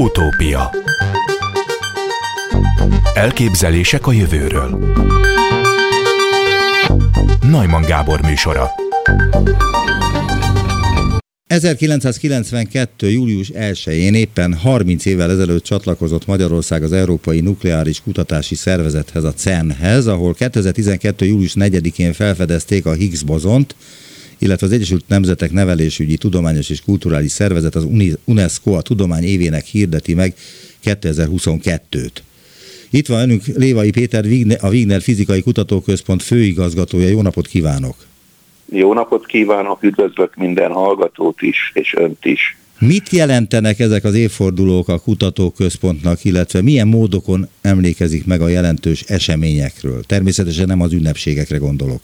Utópia. Elképzelések a jövőről. Neumann Gábor műsora. 1992. július 1-én éppen 30 évvel ezelőtt csatlakozott Magyarország az Európai Nukleáris Kutatási Szervezethez, a CERN-hez, ahol 2012. július 4-én felfedezték a Higgs-bozont, illetve az Egyesült Nemzetek Nevelésügyi, Tudományos és Kulturális Szervezet, az UNESCO a tudomány évének hirdeti meg 2022-t. Itt van önünk Lévai Péter, a Wigner Fizikai Kutatóközpont főigazgatója. Jó napot kívánok! Jó napot kívánok, üdvözlök minden hallgatót is, és önt is. Mit jelentenek ezek az évfordulók a kutatóközpontnak, illetve milyen módokon emlékezik meg a jelentős eseményekről? Természetesen nem az ünnepségekre gondolok.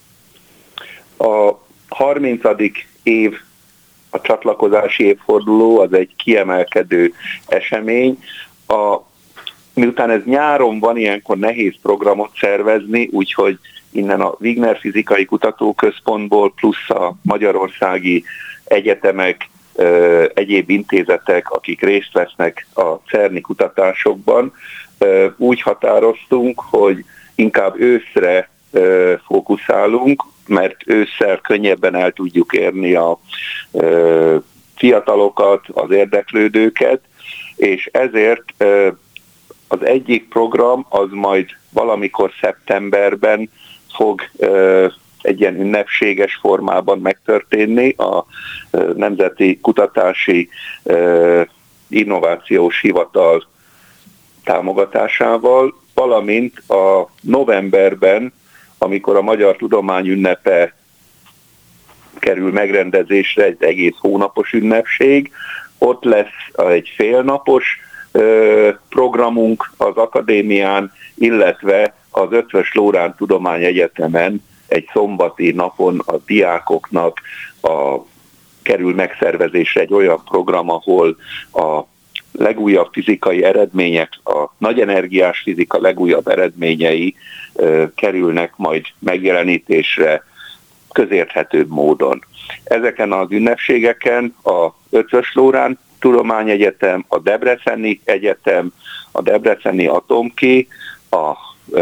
A 30. év, a csatlakozási évforduló, az egy kiemelkedő esemény. Miután ez nyáron van, ilyenkor nehéz programot szervezni, úgyhogy innen a Wigner Fizikai Kutatóközpontból plusz a magyarországi egyetemek, egyéb intézetek, akik részt vesznek a CERN-i kutatásokban, úgy határoztunk, hogy inkább őszre fókuszálunk, mert ősszel könnyebben el tudjuk érni a fiatalokat, az érdeklődőket, és ezért az egyik program az majd valamikor szeptemberben fog egy ilyen ünnepséges formában megtörténni a Nemzeti Kutatási Innovációs Hivatal támogatásával, valamint a novemberben, amikor a Magyar Tudomány ünnepe kerül megrendezésre, egy egész hónapos ünnepség, ott lesz egy félnapos programunk az akadémián, illetve az Eötvös Loránd Tudományegyetemen egy szombati napon a diákoknak kerül megszervezésre egy olyan program, ahol a legújabb fizikai eredmények, a nagyenergiás fizika legújabb eredményei kerülnek majd megjelenítésre közérthetőbb módon. Ezeken az ünnepségeken a Eötvös Loránd Tudományegyetem, a Debreceni Egyetem, a Debreceni Atomki, a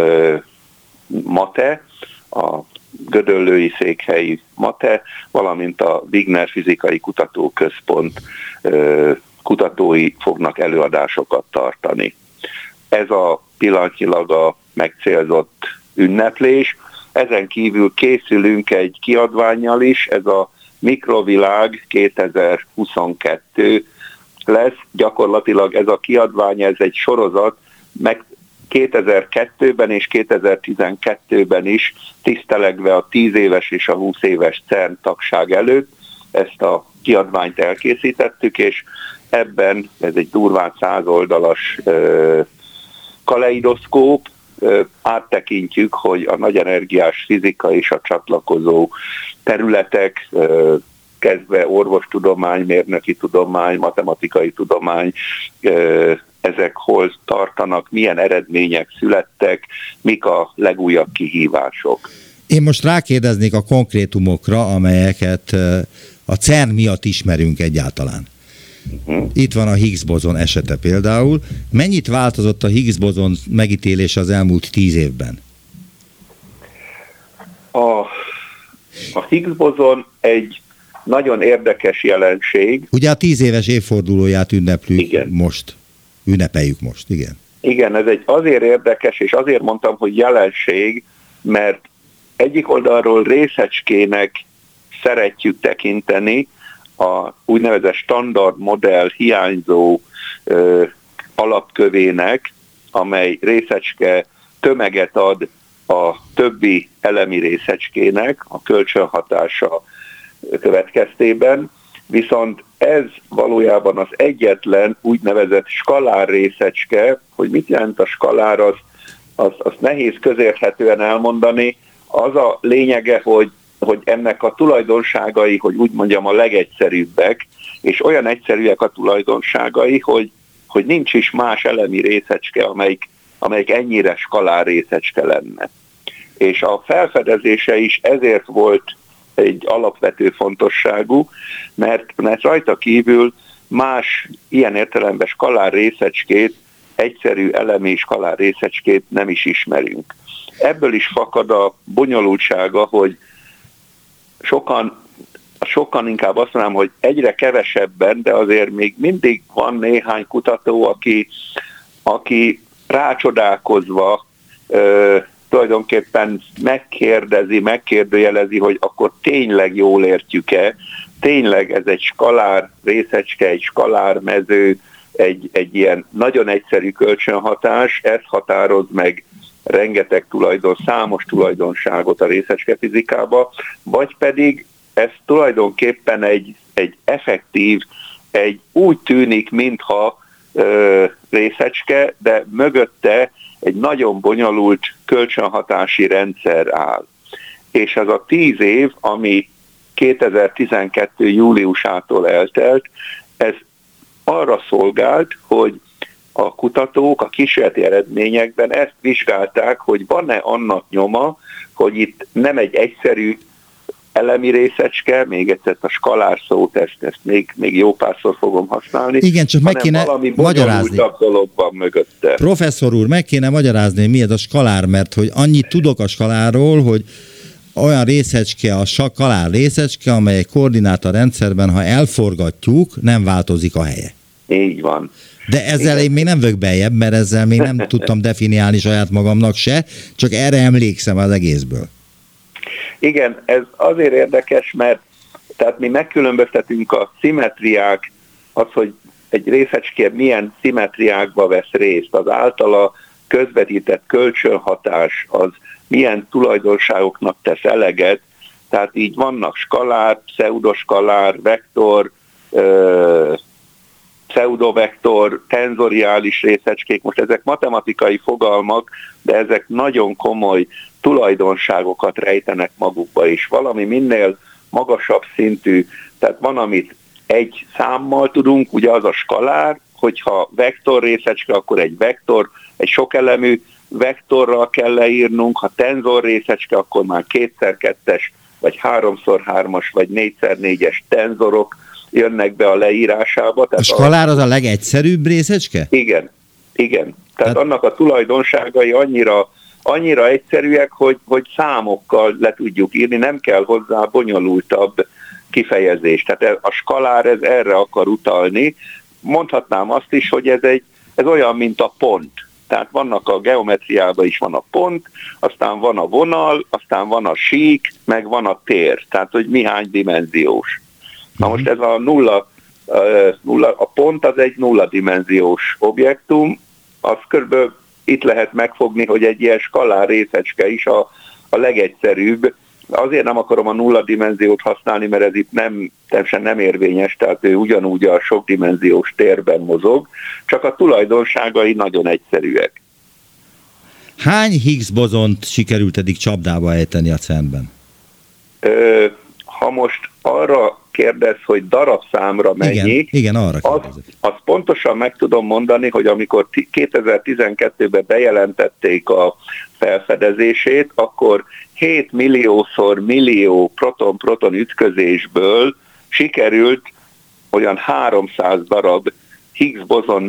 MATE, a gödöllői székhelyi MATE, valamint a Wigner Fizikai Kutatóközpont kutatói fognak előadásokat tartani. Ez a pillanatnyilag a megcélzott ünneplés. Ezen kívül készülünk egy kiadvánnyal is, ez a Mikrovilág 2022 lesz. Gyakorlatilag ez a kiadvány, ez egy sorozat, meg 2002-ben és 2012-ben is tisztelegve a 10 éves és a 20 éves CERN tagság előtt ezt a kiadványt elkészítettük, és ebben, ez egy durván 100 oldalas kaleidoszkóp, áttekintjük, hogy a nagyenergiás fizika és a csatlakozó területek, kezdve orvostudomány, mérnöki tudomány, matematikai tudomány, ezek hol tartanak, milyen eredmények születtek, mik a legújabb kihívások. Én most rákérdeznék a konkrétumokra, amelyeket a CERN miatt ismerünk egyáltalán. Itt van a Higgs-bozon esete például. Mennyit változott a Higgs-bozon megítélése az elmúlt 10 évben? A Higgs-bozon egy nagyon érdekes jelenség. Ugye a 10 éves évfordulóját ünnepeljük most, igen. Igen, ez egy azért érdekes, és azért mondtam, hogy jelenség, mert egyik oldalról részecskének szeretjük tekinteni, a úgynevezett standard modell hiányzó alapkövének, amely részecske tömeget ad a többi elemi részecskének a kölcsönhatása következtében, viszont ez valójában az egyetlen úgynevezett skalár részecske. Hogy mit jelent a skalár, azt nehéz közérthetően elmondani. Az a lényege, hogy ennek a tulajdonságai, hogy úgy mondjam, a legegyszerűbbek, és olyan egyszerűek a tulajdonságai, hogy nincs is más elemi részecske, amelyik ennyire skalár részecske lenne. És a felfedezése is ezért volt egy alapvető fontosságú, mert rajta kívül más ilyen értelemben skalár részecskét, egyszerű elemi skalár részecskét nem is ismerünk. Ebből is fakad a bonyolultsága, hogy sokan inkább azt mondanám, hogy egyre kevesebben, de azért még mindig van néhány kutató, aki rácsodálkozva tulajdonképpen megkérdőjelezi, hogy akkor tényleg jól értjük-e, tényleg ez egy skalár részecske, egy skalár mező, egy ilyen nagyon egyszerű kölcsönhatás, ez határoz meg rengeteg számos tulajdonságot a részecske fizikába, vagy pedig ez tulajdonképpen egy effektív, úgy tűnik, mintha részecske, de mögötte egy nagyon bonyolult kölcsönhatási rendszer áll. És ez a 10 év, ami 2012. júliusától eltelt, ez arra szolgált, hogy a kutatók a kísérleti eredményekben ezt vizsgálták, hogy van-e annak nyoma, hogy itt nem egy egyszerű elemi részecske, még egyszer a skalár szót, ezt még jó párszor fogom használni. Igen, csak meg kéne valami magyarázni. dolog van mögötte. Professzor úr, meg kéne magyarázni, hogy mi ez a skalár, mert hogy annyit tudok a skalárról, hogy olyan részecske, a skalár részecske, amely egy koordinátorrendszerben, ha elforgatjuk, nem változik a helye. Így van. De ezzel én még nem vök beljebb, mert ezzel még nem tudtam definiálni saját magamnak se, csak erre emlékszem az egészből. Igen, ez azért érdekes, mert tehát mi megkülönböztetünk a szimmetriák, az, hogy egy részecske milyen szimmetriákba vesz részt, az általa közvetített kölcsönhatás, az milyen tulajdonságoknak tesz eleget, tehát így vannak skalár, pseudoskalár, vektor, pseudovektor, tenzoriális részecskék, most ezek matematikai fogalmak, de ezek nagyon komoly tulajdonságokat rejtenek magukba is. Valami minél magasabb szintű, tehát van, amit egy számmal tudunk, ugye az a skalár, hogyha vektor részecske, akkor egy vektor, egy sokelemű vektorral kell leírnunk, ha tenzor részecske, akkor már 2x2-es, vagy 3x3-as, vagy 4x4-es tenzorok jönnek be a leírásába. Tehát a skalár az a legegyszerűbb részecske? Igen. Tehát annak a tulajdonságai annyira egyszerűek, hogy számokkal le tudjuk írni, nem kell hozzá bonyolultabb kifejezés. Tehát a skalár ez erre akar utalni. Mondhatnám azt is, hogy ez olyan, mint a pont. Tehát vannak a geometriában is van a pont, aztán van a vonal, aztán van a sík, meg van a tér. Tehát, hogy mihány dimenziós. Na most ez a pont az egy nulladimenziós objektum, az körülbelül itt lehet megfogni, hogy egy ilyen skalár részecske is a legegyszerűbb. Azért nem akarom a nulladimenziót használni, mert ez itt nem érvényes, tehát ő ugyanúgy a sokdimenziós térben mozog, csak a tulajdonságai nagyon egyszerűek. Hány Higgs bozont sikerült eddig csapdába ejteni a CERN-ben? Ha most arra kérdez, hogy darabszámra mennyi, igen, arra azt pontosan meg tudom mondani, hogy amikor 2012-ben bejelentették a felfedezését, akkor 7 milliószor millió proton-proton ütközésből sikerült olyan 300 darab Higgs bozon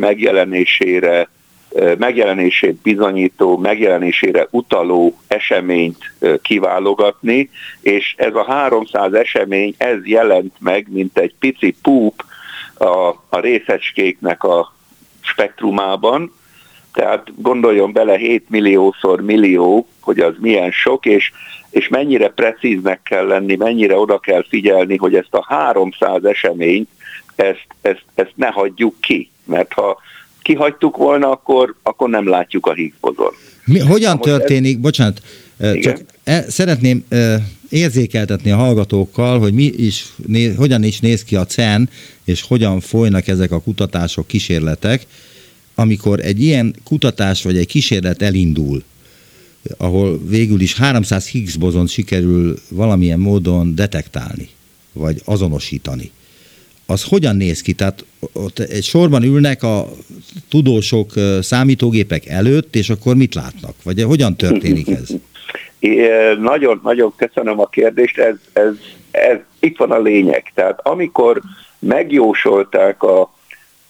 megjelenését bizonyító, megjelenésére utaló eseményt kiválogatni, és ez a 300 esemény, ez jelent meg, mint egy pici púp a részecskéknek a spektrumában, tehát gondoljon bele 7 milliószor millió, hogy az milyen sok, és mennyire precíznek kell lenni, mennyire oda kell figyelni, hogy ezt a 300 eseményt, ezt ne hagyjuk ki, mert ha kihagytuk volna, akkor nem látjuk a Higgs bozon. Hogyan történik, bocsánat, csak szeretném érzékeltetni a hallgatókkal, hogy hogyan is néz ki a CERN, és hogyan folynak ezek a kutatások, kísérletek, amikor egy ilyen kutatás vagy egy kísérlet elindul, ahol végül is 300 Higgs bozont sikerül valamilyen módon detektálni, vagy azonosítani. Az hogyan néz ki? Tehát ott egy sorban ülnek a tudósok számítógépek előtt, és akkor mit látnak? Vagy hogyan történik ez? Nagyon köszönöm a kérdést, ez itt van a lényeg. Tehát amikor megjósolták a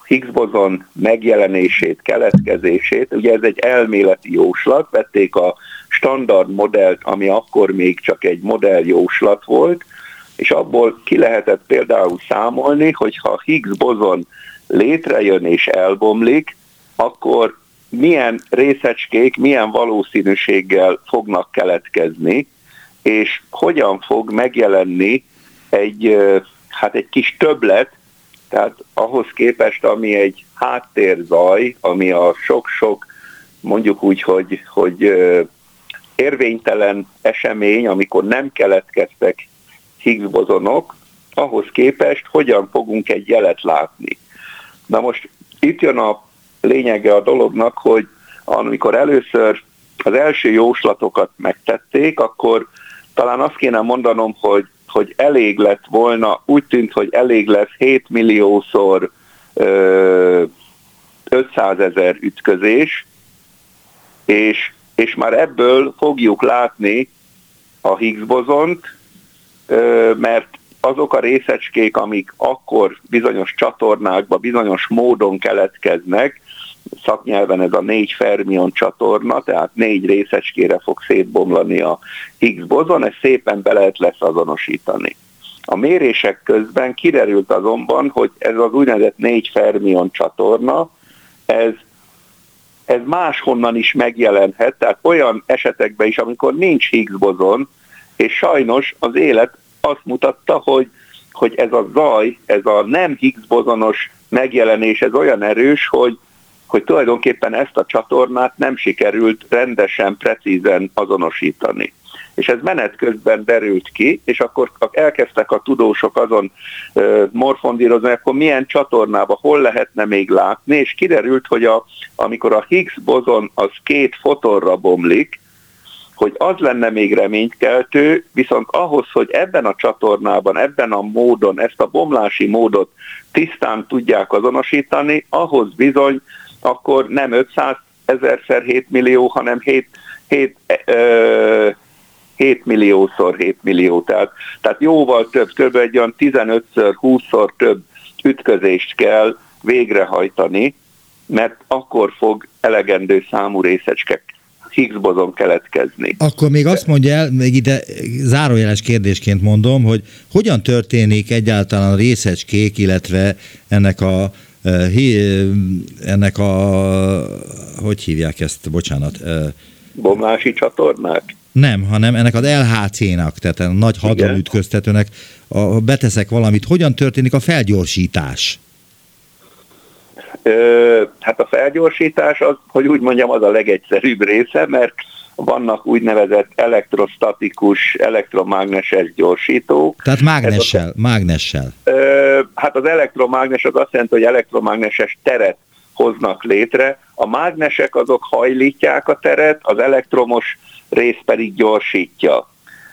Higgs-bozon megjelenését, keletkezését. Ugye ez egy elméleti jóslat, vették a standard modellt, ami akkor még csak egy modelljóslat volt, és abból ki lehetett például számolni, hogy ha Higgs-bozon létrejön és elbomlik, akkor milyen részecskék, milyen valószínűséggel fognak keletkezni, és hogyan fog megjelenni egy kis többlet, tehát ahhoz képest, ami egy háttérzaj, ami a sok-sok, mondjuk úgy, hogy érvénytelen esemény, amikor nem keletkeztek Higgs-bozonok, ahhoz képest hogyan fogunk egy jelet látni. Na most itt jön a lényege a dolognak, hogy amikor először az első jóslatokat megtették, akkor talán azt kéne mondanom, hogy elég lett volna, úgy tűnt, hogy elég lesz 7 milliószor 500 000 ütközés, és már ebből fogjuk látni a Higgs-bozont, mert azok a részecskék, amik akkor bizonyos csatornákban, bizonyos módon keletkeznek, szaknyelven ez a 4 fermion csatorna, tehát 4 részecskére fog szétbomlani a Higgs-bozon, ezt szépen be lehet azonosítani. A mérések közben kiderült azonban, hogy ez az úgynevezett 4 fermion csatorna, ez máshonnan is megjelenhet, tehát olyan esetekben is, amikor nincs Higgs-bozon, és sajnos az élet azt mutatta, hogy ez a zaj, ez a nem Higgs-bozonos megjelenés, ez olyan erős, hogy tulajdonképpen ezt a csatornát nem sikerült rendesen, precízen azonosítani. És ez menet közben derült ki, és akkor elkezdtek a tudósok azon morfondírozni, akkor milyen csatornába, hol lehetne még látni, és kiderült, hogy amikor a Higgs-bozon az 2 fotonra bomlik, hogy az lenne még reménykeltő, viszont ahhoz, hogy ebben a csatornában, ebben a módon, ezt a bomlási módot tisztán tudják azonosítani, ahhoz bizony akkor nem 500 000 x 7 millió, hanem 7 milliószor 7 millió. Tehát jóval több, kb. Egy olyan 15-ször, 20-szor több ütközést kell végrehajtani, mert akkor fog elegendő számú részecske Higgs-bozon keletkezni. Akkor még azt mondja el, még ide zárójeles kérdésként mondom, hogy hogyan történik egyáltalán a részecskék, illetve ennek a hogy hívják ezt, bocsánat? Bomlási csatornák? Nem, hanem ennek az LHC-nak, tehát a nagy hadronütköztetőnek, beteszek valamit, hogyan történik a felgyorsítás? Hát a felgyorsítás, az, hogy úgy mondjam, az a legegyszerűbb része, mert vannak úgynevezett elektrostatikus, elektromágneses gyorsítók. Tehát mágnessel. Hát az elektromágnes az azt jelenti, hogy elektromágneses teret hoznak létre. A mágnesek azok hajlítják a teret, az elektromos rész pedig gyorsítja.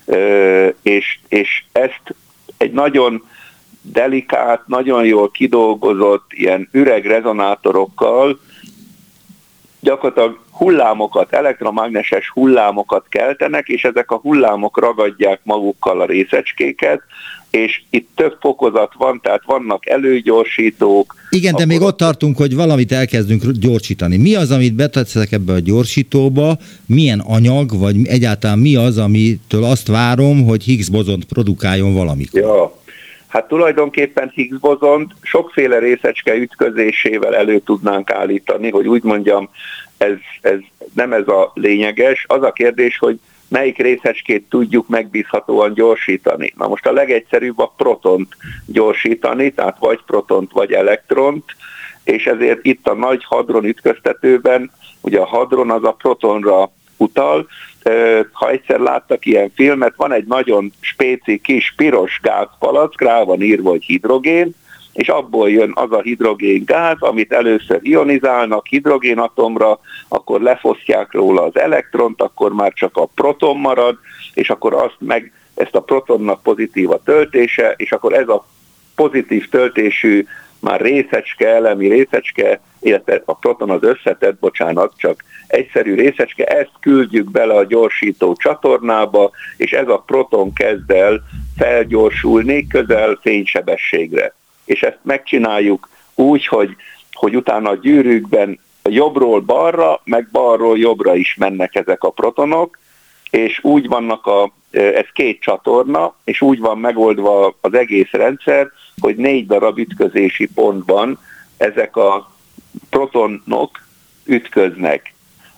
És ezt egy nagyon delikát, nagyon jól kidolgozott ilyen üregrezonátorokkal gyakorlatilag hullámokat, elektromágneses hullámokat keltenek, és ezek a hullámok ragadják magukkal a részecskéket, és itt több fokozat van, tehát vannak előgyorsítók. Igen, de még ott tartunk, hogy valamit elkezdünk gyorsítani. Mi az, amit beteszek ebbe a gyorsítóba, milyen anyag, vagy egyáltalán mi az, amitől azt várom, hogy Higgs-bozont produkáljon valamikor? Ja. Hát tulajdonképpen Higgs-bozont sokféle részecske ütközésével elő tudnánk állítani, hogy úgy mondjam, ez nem ez a lényeges. Az a kérdés, hogy melyik részecskét tudjuk megbízhatóan gyorsítani. Na most a legegyszerűbb a protont gyorsítani, tehát vagy protont, vagy elektront, és ezért itt a nagy hadron ütköztetőben, ugye a hadron az a protonra utal. Ha egyszer láttak ilyen filmet, van egy nagyon spéci kis piros gázpalack, rá van írva, hogy hidrogén, és abból jön az a hidrogéngáz, amit először ionizálnak hidrogénatomra, akkor lefosztják róla az elektront, akkor már csak a proton marad, és akkor ezt a protonnak pozitív a töltése, és akkor ez a pozitív töltésű már részecske, elemi részecske, illetve a proton az összetett, csak egyszerű részecske, ezt küldjük bele a gyorsító csatornába, és ez a proton kezd el felgyorsulni közel fénysebességre. És ezt megcsináljuk úgy, hogy hogy utána a gyűrűkben jobbról balra, meg balról jobbra is mennek ezek a protonok, és úgy vannak ez 2 csatorna, és úgy van megoldva az egész rendszer, hogy 4 darab ütközési pontban ezek a protonok ütköznek.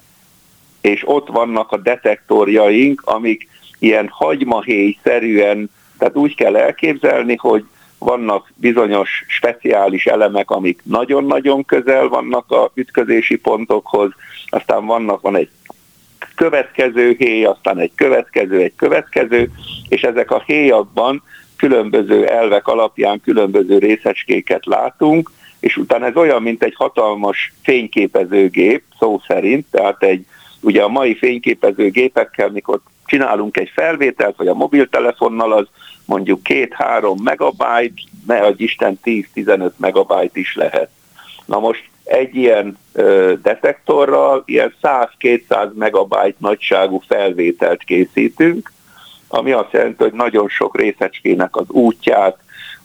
És ott vannak a detektorjaink, amik ilyen hagymahéj-szerűen, tehát úgy kell elképzelni, hogy vannak bizonyos speciális elemek, amik nagyon-nagyon közel vannak a ütközési pontokhoz, aztán van egy következő héj, aztán egy következő, és ezek a héjakban különböző elvek alapján különböző részecskéket látunk, és utána ez olyan, mint egy hatalmas fényképezőgép, szó szerint, tehát ugye a mai fényképezőgépekkel, mikor csinálunk egy felvételt, vagy a mobiltelefonnal, az mondjuk 2-3 megabyte, ne adj Isten 10-15 megabyte is lehet. Na most egy ilyen detektorral ilyen 100-200 megabyte nagyságú felvételt készítünk, ami azt jelenti, hogy nagyon sok részecskének az útját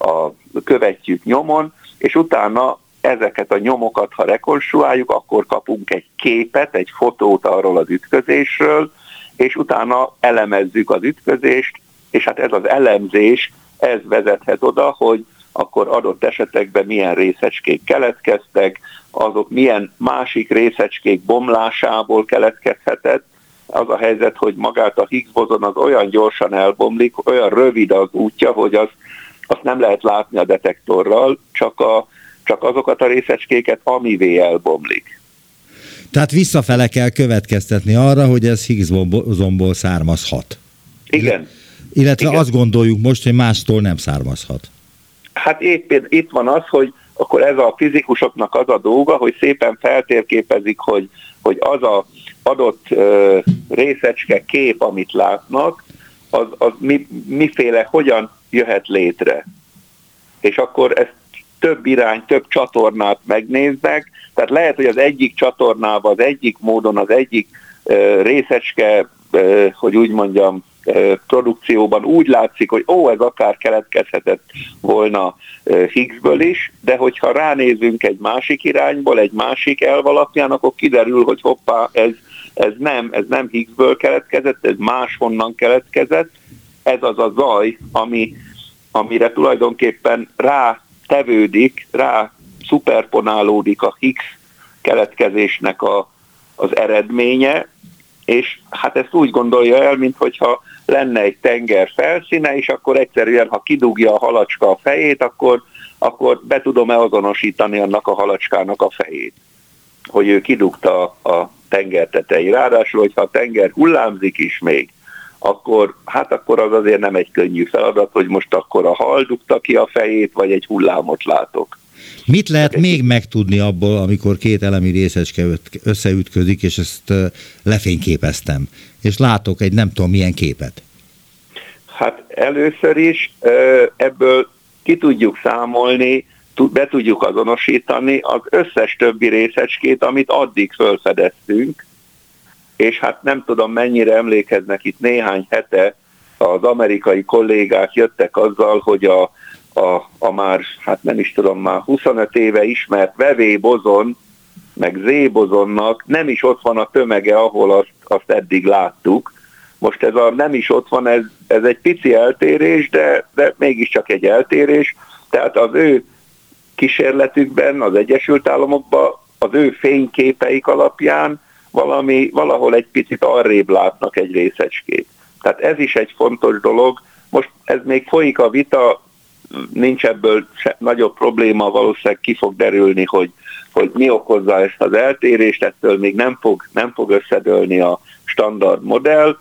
követjük nyomon, és utána ezeket a nyomokat, ha rekonstruáljuk, akkor kapunk egy képet, egy fotót arról az ütközésről, és utána elemezzük az ütközést, és hát ez az elemzés, ez vezethet oda, hogy akkor adott esetekben milyen részecskék keletkeztek, azok milyen másik részecskék bomlásából keletkezhetett. Az a helyzet, hogy magát a Higgs bozon az olyan gyorsan elbomlik, olyan rövid az útja, hogy azt nem lehet látni a detektorral, csak azokat a részecskéket, amivé elbomlik. Tehát visszafele kell következtetni arra, hogy ez Higgs bozonból származhat. Igen. Illetve igen. Azt gondoljuk most, hogy mástól nem származhat. Hát éppen itt van az, hogy akkor ez a fizikusoknak az a dolga, hogy szépen feltérképezik, hogy az a adott részecske kép, amit látnak, az miféle, hogyan jöhet létre. És akkor ezt több csatornát megnéznek, tehát lehet, hogy az egyik csatornában, az egyik módon, az egyik részecske, hogy úgy mondjam, produkcióban úgy látszik, hogy ez akár keletkezhetett volna Higgsből is, de hogyha ránézünk egy másik irányból, egy másik elv alapján, akkor kiderül, hogy hoppá, ez nem Higgsből keletkezett, ez máshonnan keletkezett. Ez az a zaj, amire tulajdonképpen rátevődik, szuperponálódik a Higgs keletkezésnek az eredménye, és hát ezt úgy gondolja el, minthogyha lenne egy tenger felszíne, és akkor egyszerűen, ha kidugja a halacska a fejét, akkor be tudom-e azonosítani annak a halacskának a fejét, hogy ő kidugta a tenger tetején. Ráadásul, hogyha a tenger hullámzik is még, akkor az azért nem egy könnyű feladat, hogy most akkor a hal dugta ki a fejét, vagy egy hullámot látok. Mit lehet még megtudni abból, amikor 2 elemi részecske összeütközik, és ezt lefényképeztem, és látok egy nem tudom milyen képet? Hát először is ebből ki tudjuk számolni, be tudjuk azonosítani az összes többi részecskét, amit addig felfedeztünk, és hát nem tudom mennyire emlékeznek, itt néhány hete az amerikai kollégák jöttek azzal, hogy a már, hát nem is tudom, már 25 éve ismert VV bozon, meg Z bozonnak nem is ott van a tömege, ahol azt eddig láttuk. Most ez a nem is ott van, ez egy pici eltérés, de mégiscsak egy eltérés. Tehát az ő kísérletükben, az Egyesült Államokban, az ő fényképeik alapján valahol egy picit arrébb látnak egy részecskét. Tehát ez is egy fontos dolog. Most ez még folyik a vita, nincs ebből nagyobb probléma, valószínűleg ki fog derülni, hogy mi okozza ezt az eltérést, ettől még nem fog összedőlni a standard modell.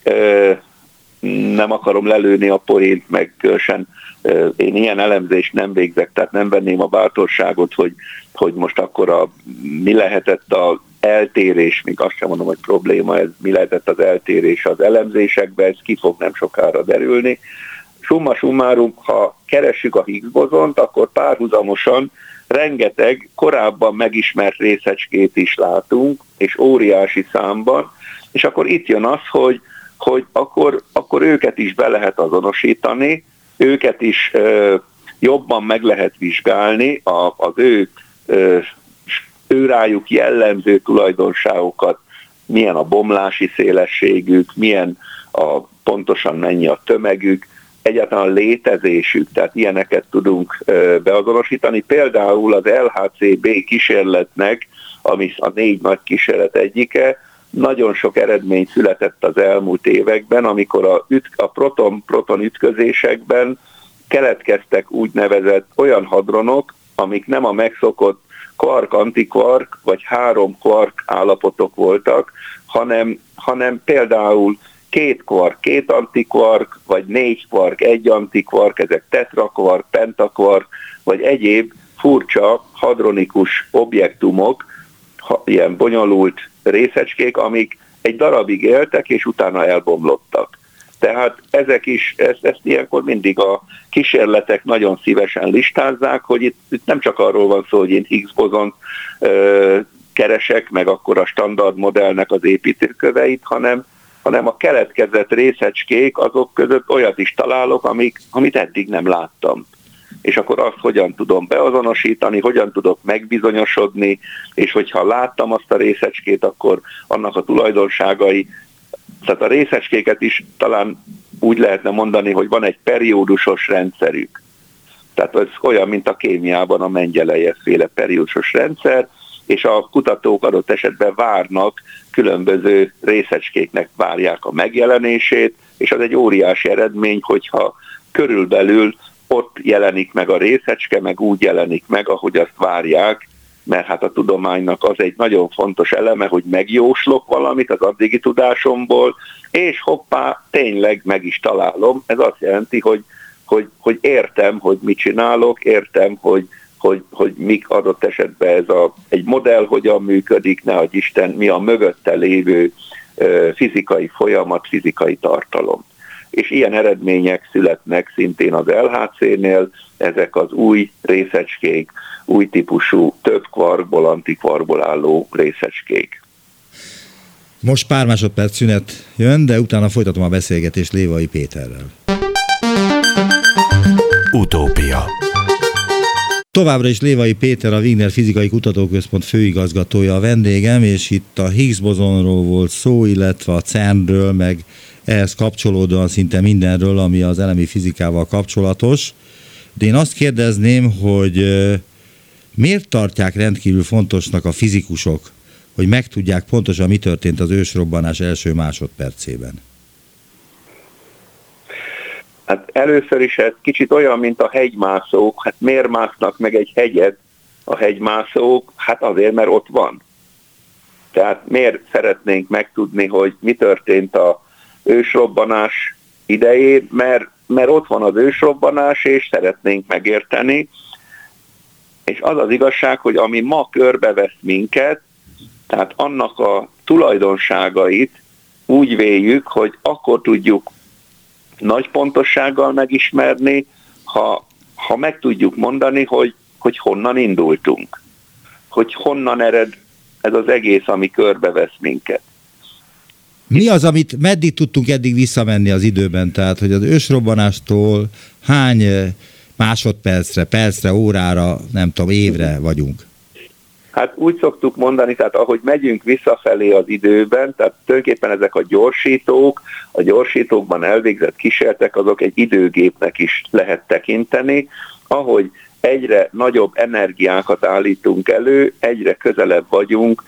Nem akarom lelőni a porént, meg különösen én ilyen elemzést nem végzek, tehát nem venném a bátorságot, hogy most akkor mi lehetett az eltérés, még azt sem mondom, hogy probléma, mi lehetett az eltérés az elemzésekben, ez ki fog nem sokára derülni. Summa summarum, ha keressük a Higgs bozont, akkor párhuzamosan rengeteg korábban megismert részecskét is látunk, és óriási számban, és akkor itt jön az, hogy akkor őket is be lehet azonosítani, őket is jobban meg lehet vizsgálni, az ő őrájuk jellemző tulajdonságokat, milyen a bomlási szélességük, pontosan mennyi a tömegük, egyáltalán a létezésük, tehát ilyeneket tudunk beazonosítani. Például az LHC-B kísérletnek, ami a 4 nagy kísérlet egyike, nagyon sok eredmény született az elmúlt években, amikor a proton-proton ütközésekben keletkeztek úgynevezett olyan hadronok, amik nem a megszokott kvark-antikvark vagy 3 kvark állapotok voltak, hanem például 2 kvark, 2 antikvark, vagy 4 kvark, 1 antikvark, ezek tetrakvark, pentakvark, vagy egyéb furcsa hadronikus objektumok, ilyen bonyolult részecskék, amik egy darabig éltek, és utána elbomlottak. Tehát ezek is, ezt ilyenkor mindig a kísérletek nagyon szívesen listázzák, hogy itt nem csak arról van szó, hogy én Higgs bozont keresek, meg akkor a standard modellnek az építőköveit, hanem a keletkezett részecskék, azok között olyat is találok, amit eddig nem láttam. És akkor azt hogyan tudom beazonosítani, hogyan tudok megbizonyosodni, és hogyha láttam azt a részecskét, akkor annak a tulajdonságai, tehát a részecskéket is talán úgy lehetne mondani, hogy van egy periódusos rendszerük. Tehát ez olyan, mint a kémiában a Mendelejev-féle periódusos rendszer, és a kutatók adott esetben várnak, különböző részecskéknek várják a megjelenését, és az egy óriási eredmény, hogyha körülbelül ott jelenik meg a részecske, meg úgy jelenik meg, ahogy azt várják, mert hát a tudománynak az egy nagyon fontos eleme, hogy megjóslok valamit az addigi tudásomból, és hoppá, tényleg meg is találom. Ez azt jelenti, hogy értem, hogy mit csinálok, értem, hogy mik adott esetben egy modell hogyan működik, nehogy Isten, mi a mögötte lévő fizikai folyamat, fizikai tartalom. És ilyen eredmények születnek szintén az LHC-nél, ezek az új részecskék, új típusú, több kvarkból, antikvarkból álló részecskék. Most pár másodperc szünet jön, de utána folytatom a beszélgetést Lévai Péterrel. Utópia. Továbbra is Lévai Péter, a Wigner Fizikai Kutatóközpont főigazgatója a vendégem, és itt a Higgs bozonról volt szó, illetve a CERN-ről, meg ehhez kapcsolódóan szinte mindenről, ami az elemi fizikával kapcsolatos. De én azt kérdezném, hogy miért tartják rendkívül fontosnak a fizikusok, hogy megtudják pontosan, mi történt az ősrobbanás első másodpercében? Hát először is ez kicsit olyan, mint a hegymászók. Hát miért másznak meg egy hegyet a hegymászók? Hát azért, mert ott van. Tehát miért szeretnénk megtudni, hogy mi történt az ősrobbanás idején? Mert ott van az ősrobbanás, és szeretnénk megérteni. És az az igazság, hogy ami ma körbevesz minket, tehát annak a tulajdonságait úgy véljük, hogy akkor tudjuk nagy pontossággal megismerni, ha meg tudjuk mondani, hogy honnan indultunk. Hogy honnan ered ez az egész, ami körbevesz minket. Mi az, meddig tudtunk eddig visszamenni az időben? Tehát, hogy az ősrobbanástól hány másodpercre, percre, órára, nem tudom, évre vagyunk? Hát úgy szoktuk mondani, tehát ahogy megyünk visszafelé az időben, tehát tulajdonképpen ezek a gyorsítókban elvégzett kísérletek, azok egy időgépnek is lehet tekinteni, ahogy egyre nagyobb energiákat állítunk elő, egyre közelebb vagyunk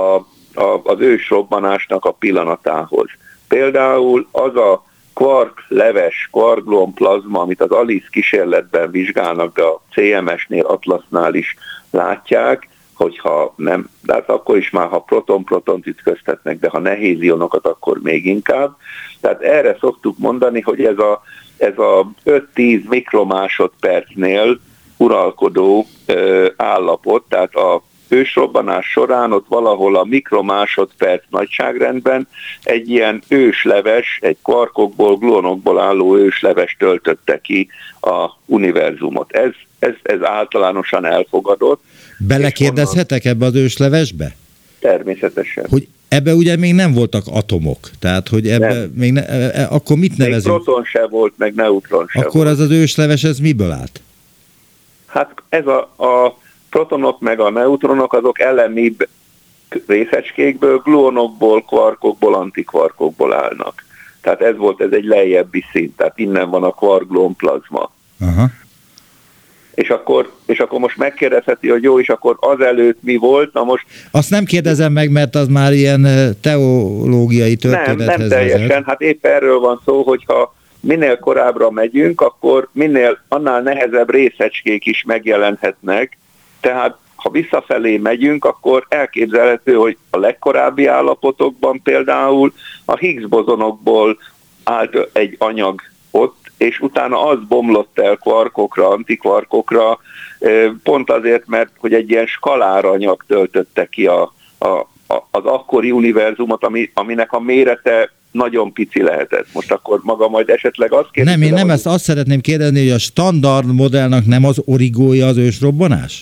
az ősrobbanásnak a pillanatához. Például az a kvark-leves, kvark-gluon plazma, amit az ALICE kísérletben vizsgálnak, de a CMS-nél, Atlasnál is látják, hogyha nem, de hát akkor is már, ha proton-protont ütköztetnek, de ha nehéz ionokat, akkor még inkább. Tehát erre szoktuk mondani, hogy ez a 5-10 mikromásodpercnél uralkodó állapot, tehát a ősrobbanás során ott valahol a mikromásodperc nagyságrendben egy ilyen ősleves, egy kvarkokból, gluonokból álló ősleves töltötte ki a univerzumot. Ez általánosan elfogadott. Belekérdezhetek ebbe az őslevesbe? Természetesen. Hogy ebbe ugye még nem voltak atomok, tehát hogy ebbe még akkor mit nevezünk? Még proton se volt, meg neutron se akkor volt. az ősleves, ez miből állt? Hát ez protonok meg a neutronok azok elemibb részecskékből, gluonokból, kvarkokból, antikvarkokból állnak. Tehát ez egy lejjebbi szint, tehát innen van a kvark-gluon plazma. Aha. És akkor most megkérdezheti, hogy jó, és akkor azelőtt mi volt, na most... Azt nem kérdezem meg, mert az már ilyen teológiai történethez Nem teljesen, vezet. hát épp erről van szó, hogyha minél korábbra megyünk, akkor annál nehezebb részecskék is megjelenhetnek, tehát ha visszafelé megyünk, akkor elképzelhető, hogy a legkorábbi állapotokban például a Higgs-bozonokból állt egy anyag ott, és utána az bomlott el kvarkokra, antikvarkokra, pont azért, mert hogy egy ilyen skaláranyag töltötte ki az akkori univerzumot, aminek a mérete nagyon pici lehetett. Most akkor maga majd esetleg azt kérdezi. Nem, én nem azt szeretném kérdezni, hogy a standard modellnek nem az origója az ősrobbanás?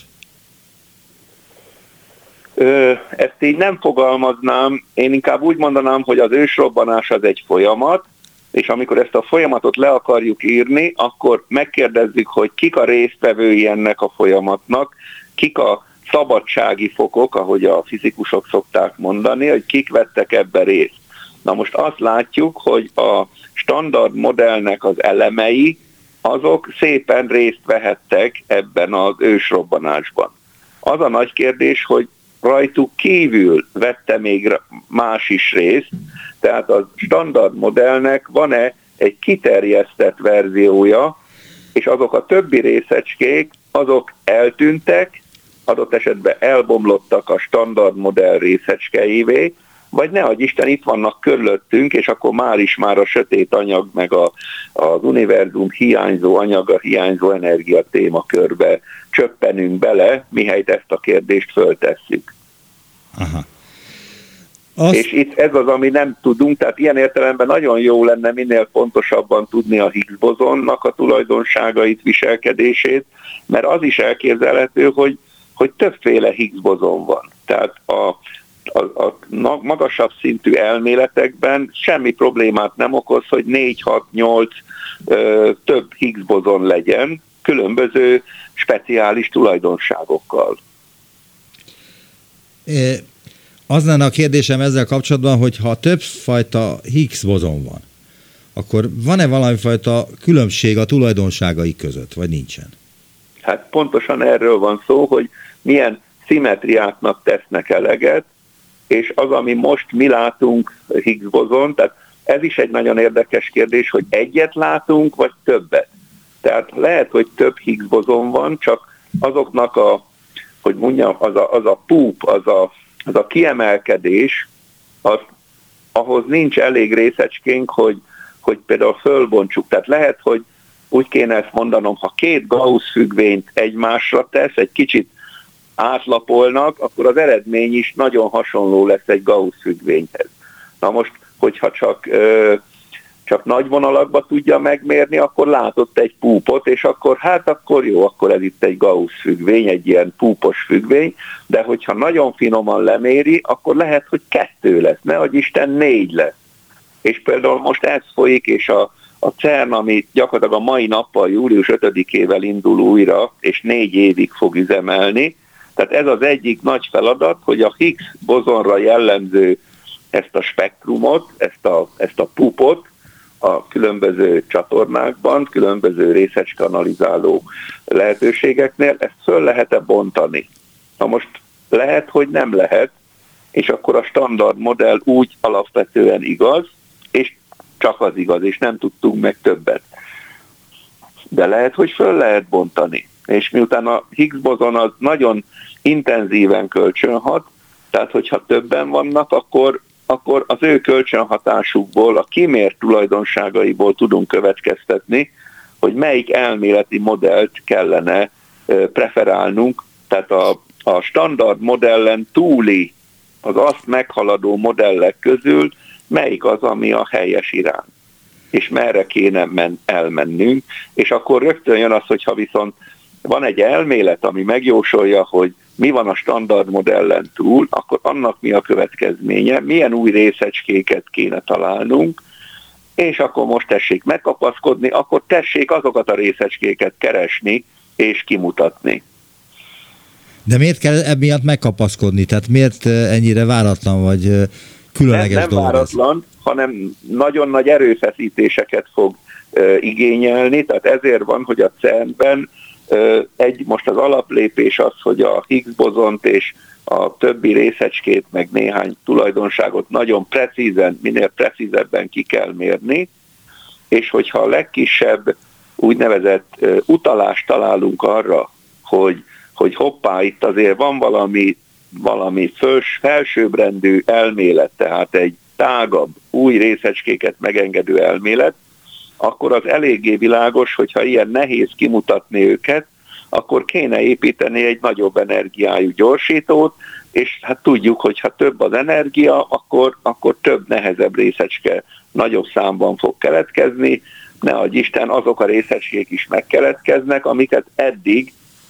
Ezt így nem fogalmaznám, én inkább úgy mondanám, hogy az ősrobbanás az egy folyamat, és amikor ezt a folyamatot le akarjuk írni, akkor megkérdezzük, hogy kik a résztvevői ennek a folyamatnak, kik a szabadsági fokok, ahogy a fizikusok szokták mondani, hogy kik vettek ebbe részt. Na most azt látjuk, hogy a standard modellnek az elemei, azok szépen részt vehettek ebben az ősrobbanásban. Az a nagy kérdés, hogy rajtuk kívül vette még más is részt, tehát a standard modellnek van-e egy kiterjesztett verziója, és azok a többi részecskék, azok eltűntek, adott esetben elbomlottak a standard modell részecskeivé, vagy ne adj Isten, itt vannak körülöttünk, és akkor már a sötét anyag, meg az univerzum hiányzó anyaga, hiányzó energia témakörbe csöppenünk bele, mihelyt ezt a kérdést föltesszük. Aha. És itt ez az, ami nem tudunk, tehát ilyen értelemben nagyon jó lenne minél pontosabban tudni a Higgs-bozonnak a tulajdonságait, viselkedését, mert az is elképzelhető, hogy többféle Higgs-bozon van. Tehát a magasabb szintű elméletekben semmi problémát nem okoz, hogy 4, 6, 8 több Higgs-bozon legyen, különböző speciális tulajdonságokkal. Az lenne a kérdésem ezzel kapcsolatban, hogy ha többfajta Higgs-bozon van, akkor van-e valamifajta különbség a tulajdonságai között, vagy nincsen? Hát pontosan erről van szó, hogy milyen szimmetriáknak tesznek eleget, és az, ami most mi látunk Higgs-bozon, tehát ez is egy nagyon érdekes kérdés, hogy egyet látunk, vagy többet. Tehát lehet, hogy több Higgs-bozon van, csak azoknak hogy mondjam, az a púp, az a kiemelkedés, ahhoz nincs elég részecskénk, hogy például fölbontsuk. Tehát lehet, hogy úgy kéne ezt mondanom, ha két Gauss függvényt egymásra tesz, egy kicsit átlapolnak, akkor az eredmény is nagyon hasonló lesz egy Gauss függvényhez. Na most, hogyha csak nagy vonalakba tudja megmérni, akkor látott egy púpot, és akkor jó, akkor ez itt egy Gauss függvény, egy ilyen púpos függvény, de hogyha nagyon finoman leméri, akkor lehet, hogy 2 lesz, nehogy Isten 4 lesz. És például most ez folyik, és a CERN, ami gyakorlatilag a mai nappal, július 5-ével indul újra, és 4 évig fog üzemelni, tehát ez az egyik nagy feladat, hogy a Higgs bozonra jellemző ezt a spektrumot, ezt a pupot a különböző csatornákban, különböző részecskeanalizáló lehetőségeknél, ezt föl lehet-e bontani? Na most lehet, hogy nem lehet, és akkor a standard modell úgy alapvetően igaz, és csak az igaz, és nem tudtunk meg többet. De lehet, hogy föl lehet bontani. És miután a Higgs bozon az nagyon intenzíven kölcsönhat, tehát hogyha többen vannak, akkor az ő kölcsönhatásukból, a kimért tulajdonságaiból tudunk következtetni, hogy melyik elméleti modellt kellene preferálnunk, tehát a standard modellen túli, az azt meghaladó modellek közül melyik az, ami a helyes irány, és merre kéne elmennünk, és akkor rögtön jön az, hogyha viszont van egy elmélet, ami megjósolja, hogy mi van a standard modellen túl, akkor annak mi a következménye, milyen új részecskéket kéne találnunk, és akkor most tessék megkapaszkodni, akkor tessék azokat a részecskéket keresni és kimutatni. De miért kell emiatt megkapaszkodni? Tehát miért ennyire váratlan vagy különleges dolog? Nem váratlan, hanem nagyon nagy erőfeszítéseket fog igényelni, tehát ezért van, hogy a CERN-ben most az alaplépés az, hogy a Higgs bozont és a többi részecskét, meg néhány tulajdonságot nagyon precízen, minél precízebben ki kell mérni, és hogyha a legkisebb úgynevezett utalást találunk arra, hogy hoppá, itt azért van valami felsőbbrendű elmélet, tehát egy tágabb, új részecskéket megengedő elmélet, akkor az eléggé világos, hogyha ilyen nehéz kimutatni őket, akkor kéne építeni egy nagyobb energiájú gyorsítót, és hát tudjuk, hogy ha több az energia, akkor több nehezebb részecske nagyobb számban fog keletkezni, ne adj Isten, azok a részecskék is megkeletkeznek, amiket eddig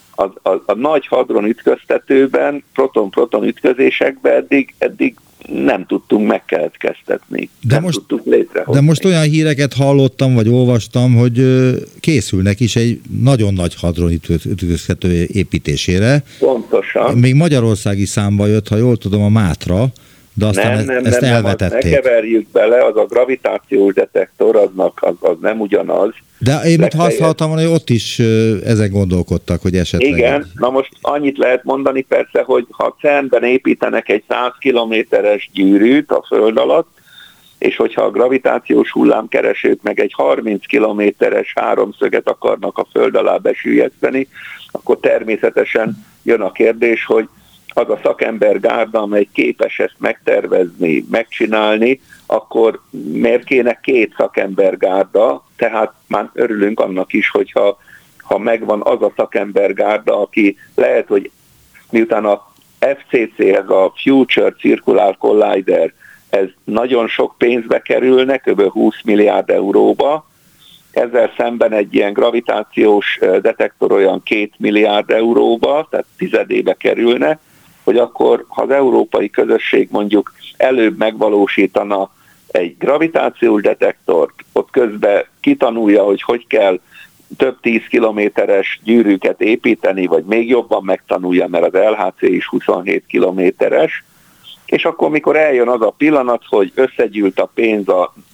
a nagy hadron ütköztetőben, proton-proton ütközésekben eddig nem tudtunk megkeletkeztetni. Tudtuk létrehozni. De most olyan híreket hallottam, vagy olvastam, hogy készülnek is egy nagyon nagy hadron ütköztető építésére. Pontosan. Még magyarországi számba jött, ha jól tudom, a Mátra, de aztán ezt elvetették. Ne keverjük bele, az a gravitációs detektor, az nem ugyanaz. De én mit azt hallottam, hogy ott is ezen gondolkodtak, hogy esetleg... Igen, na most annyit lehet mondani persze, hogy ha CERN-ben építenek egy 100 kilométeres gyűrűt a föld alatt, és hogyha a gravitációs hullámkeresők meg egy 30 kilométeres háromszöget akarnak a föld alá besüllyeszteni, akkor természetesen jön a kérdés, hogy az a szakembergárda, amely képes ezt megtervezni, megcsinálni, akkor miért kéne 2 szakembergárda, tehát már örülünk annak is, hogyha megvan az a szakembergárda, aki lehet, hogy miután a FCC, ez a Future Circular Collider, ez nagyon sok pénzbe kerülne, kb. 20 milliárd euróba, ezzel szemben egy ilyen gravitációs detektor olyan 2 milliárd euróba, tehát tizedébe kerülne, hogy akkor, ha az európai közösség mondjuk előbb megvalósítana egy gravitációs detektort, ott közben kitanulja, hogy kell több 10 kilométeres gyűrűket építeni, vagy még jobban megtanulja, mert az LHC is 27 kilométeres, és akkor, mikor eljön az a pillanat, hogy összegyűlt a pénz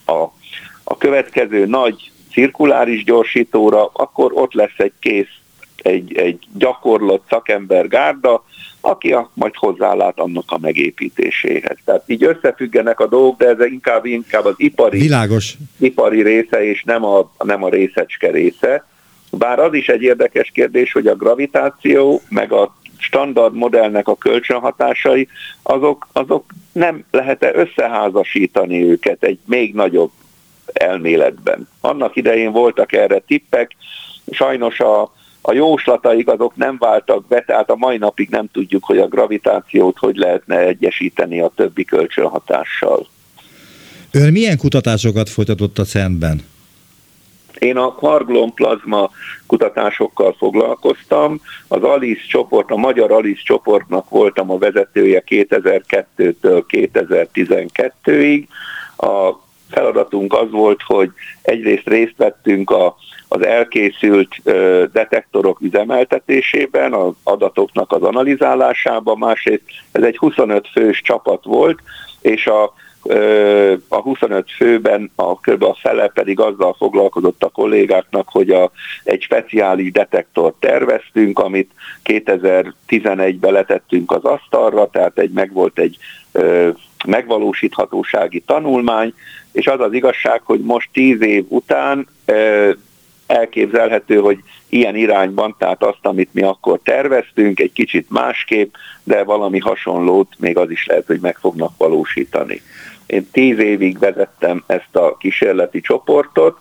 a következő nagy cirkuláris gyorsítóra, akkor ott lesz egy kész, egy gyakorlott szakembergárda, aki majd hozzálát annak a megépítéséhez. Tehát így összefüggenek a dolgok, de ez inkább az ipari része, és nem a részecske része. Bár az is egy érdekes kérdés, hogy a gravitáció, meg a standard modellnek a kölcsönhatásai, azok nem lehet-e összeházasítani őket egy még nagyobb elméletben. Annak idején voltak erre tippek, sajnos a jóslataik azok nem váltak be, tehát a mai napig nem tudjuk, hogy a gravitációt hogy lehetne egyesíteni a többi kölcsönhatással. Ön milyen kutatásokat folytatott a CERN-ben? Én a kvark-gluon-plazma kutatásokkal foglalkoztam. Az ALICE csoport, a magyar ALICE csoportnak voltam a vezetője 2002-től 2012-ig. A feladatunk az volt, hogy egyrészt részt vettünk az elkészült detektorok üzemeltetésében, az adatoknak az analizálásában, másrészt ez egy 25 fős csapat volt, és a 25 főben kb. A fele pedig azzal foglalkozott a kollégáknak, hogy egy speciális detektort terveztünk, amit 2011-ben letettünk az asztalra, tehát megvolt egy megvalósíthatósági tanulmány, és az az igazság, hogy most 10 év után elképzelhető, hogy ilyen irányban, tehát azt, amit mi akkor terveztünk, egy kicsit másképp, de valami hasonlót még az is lehet, hogy meg fognak valósítani. Én 10 évig vezettem ezt a kísérleti csoportot,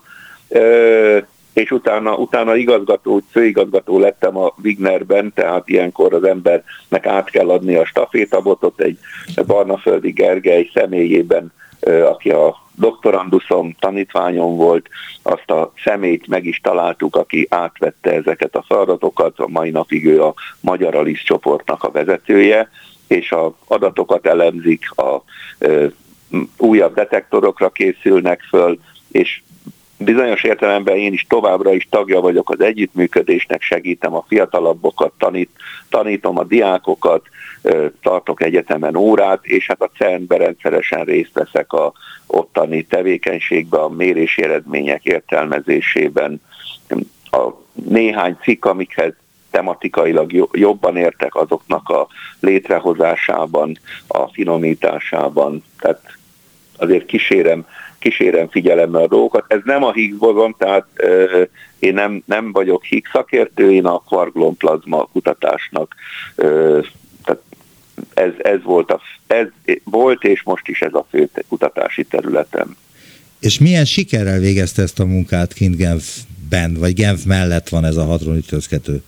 és utána főigazgató lettem a Wignerben, tehát ilyenkor az embernek át kell adni a stafétabotot egy Barnaföldi Gergely személyében, aki a doktoranduszom, tanítványom volt, azt a személyt meg is találtuk, aki átvette ezeket a feladatokat, a mai napig ő a Magyar ALICE csoportnak a vezetője, és az adatokat elemzik, a újabb detektorokra készülnek föl, és bizonyos értelemben én is továbbra is tagja vagyok az együttműködésnek, segítem a fiatalabbokat, tanítom a diákokat, tartok egyetemen órát, és hát a CERN-ben rendszeresen részt veszek a ottani tevékenységben, a mérési eredmények értelmezésében. A néhány cikk, amikhez tematikailag jobban értek, azoknak a létrehozásában, a finomításában, tehát azért kísérem figyelemmel a dolgokat. Ez nem a Higgs bozon, tehát én nem vagyok Higgs szakértő, én a kvark-gluon-plazma kutatásnak, tehát ez volt, és most is ez a fő kutatási területem. És milyen sikerrel végezte ezt a munkát kint Genfben, vagy Genf mellett van ez a hadronütköztető?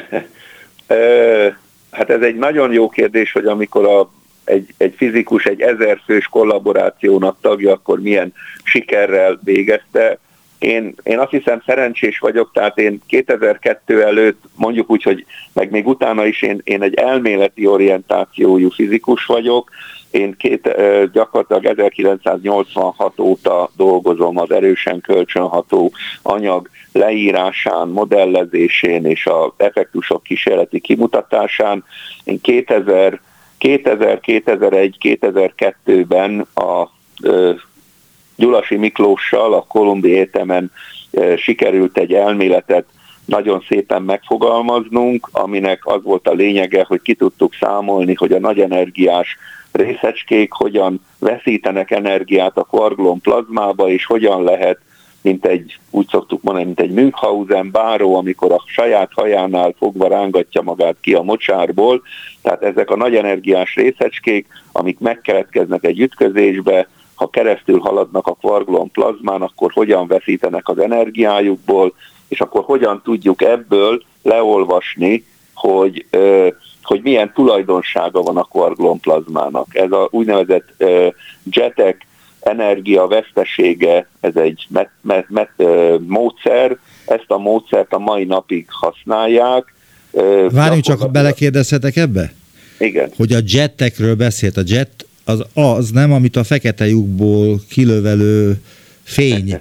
Hát ez egy nagyon jó kérdés, hogy amikor egy fizikus egy 1000 fős kollaborációnak tagja, akkor milyen sikerrel végezte. Én azt hiszem szerencsés vagyok, tehát én 2002 előtt, mondjuk úgy, hogy meg még utána is én egy elméleti orientációjú fizikus vagyok. Én gyakorlatilag 1986 óta dolgozom az erősen kölcsönható anyag leírásán, modellezésén és az effektusok kísérleti kimutatásán. Én 2000, 2001, 2002-ben a Gyulasi Miklóssal a Columbia Egyetemen sikerült egy elméletet nagyon szépen megfogalmaznunk, aminek az volt a lényege, hogy ki tudtuk számolni, hogy a nagy energiás részecskék hogyan veszítenek energiát a kvark-gluon plazmába, és hogyan lehet, úgy szoktuk mondani, mint egy Münchhausen báró, amikor a saját hajánál fogva rángatja magát ki a mocsárból. Tehát ezek a nagy energiás részecskék, amik megkeletkeznek egy ütközésbe, ha keresztül haladnak a kvark-gluon plazmán, akkor hogyan veszítenek az energiájukból, és akkor hogyan tudjuk ebből leolvasni, hogy milyen tulajdonsága van a kvark-gluon plazmának. Ez a úgynevezett jetek energia vesztesége, ez egy módszer, ezt a módszert a mai napig használják. Várjunk, csak belekérdezhetek ebbe? Igen. Hogy a jettekről beszélt, a jet az nem, amit a fekete lyukból kilövelő fény.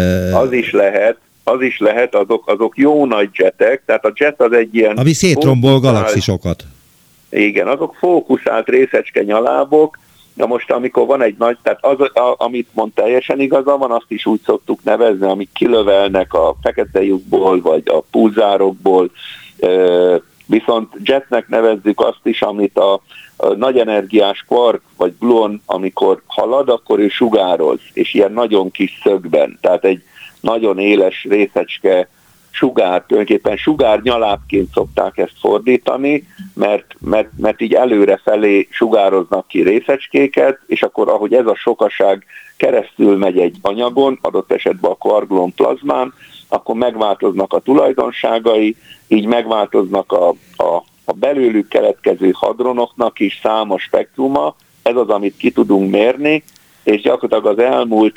Az is lehet, azok jó nagy jetek, tehát a jet az egy ilyen... Ami szétrombol galaxisokat. Igen, azok fókuszált részecske nyalábok. Na most, amikor van egy nagy, tehát amit mond teljesen igaza van, azt is úgy szoktuk nevezni, amik kilövelnek a fekete lyukból, vagy a pulzárokból, viszont jetnek nevezzük azt is, amit a nagy energiás kvark vagy gluon, amikor halad, akkor ő sugároz, és ilyen nagyon kis szögben, tehát egy nagyon éles részecske sugár, tulajdonképpen sugárnyalábként szokták ezt fordítani, mert így előrefelé sugároznak ki részecskéket, és akkor ahogy ez a sokaság keresztül megy egy anyagon, adott esetben a kvark-gluon plazmán, akkor megváltoznak a tulajdonságai, így megváltoznak a belőlük keletkező hadronoknak is számos spektruma, ez az, amit ki tudunk mérni, és gyakorlatilag az elmúlt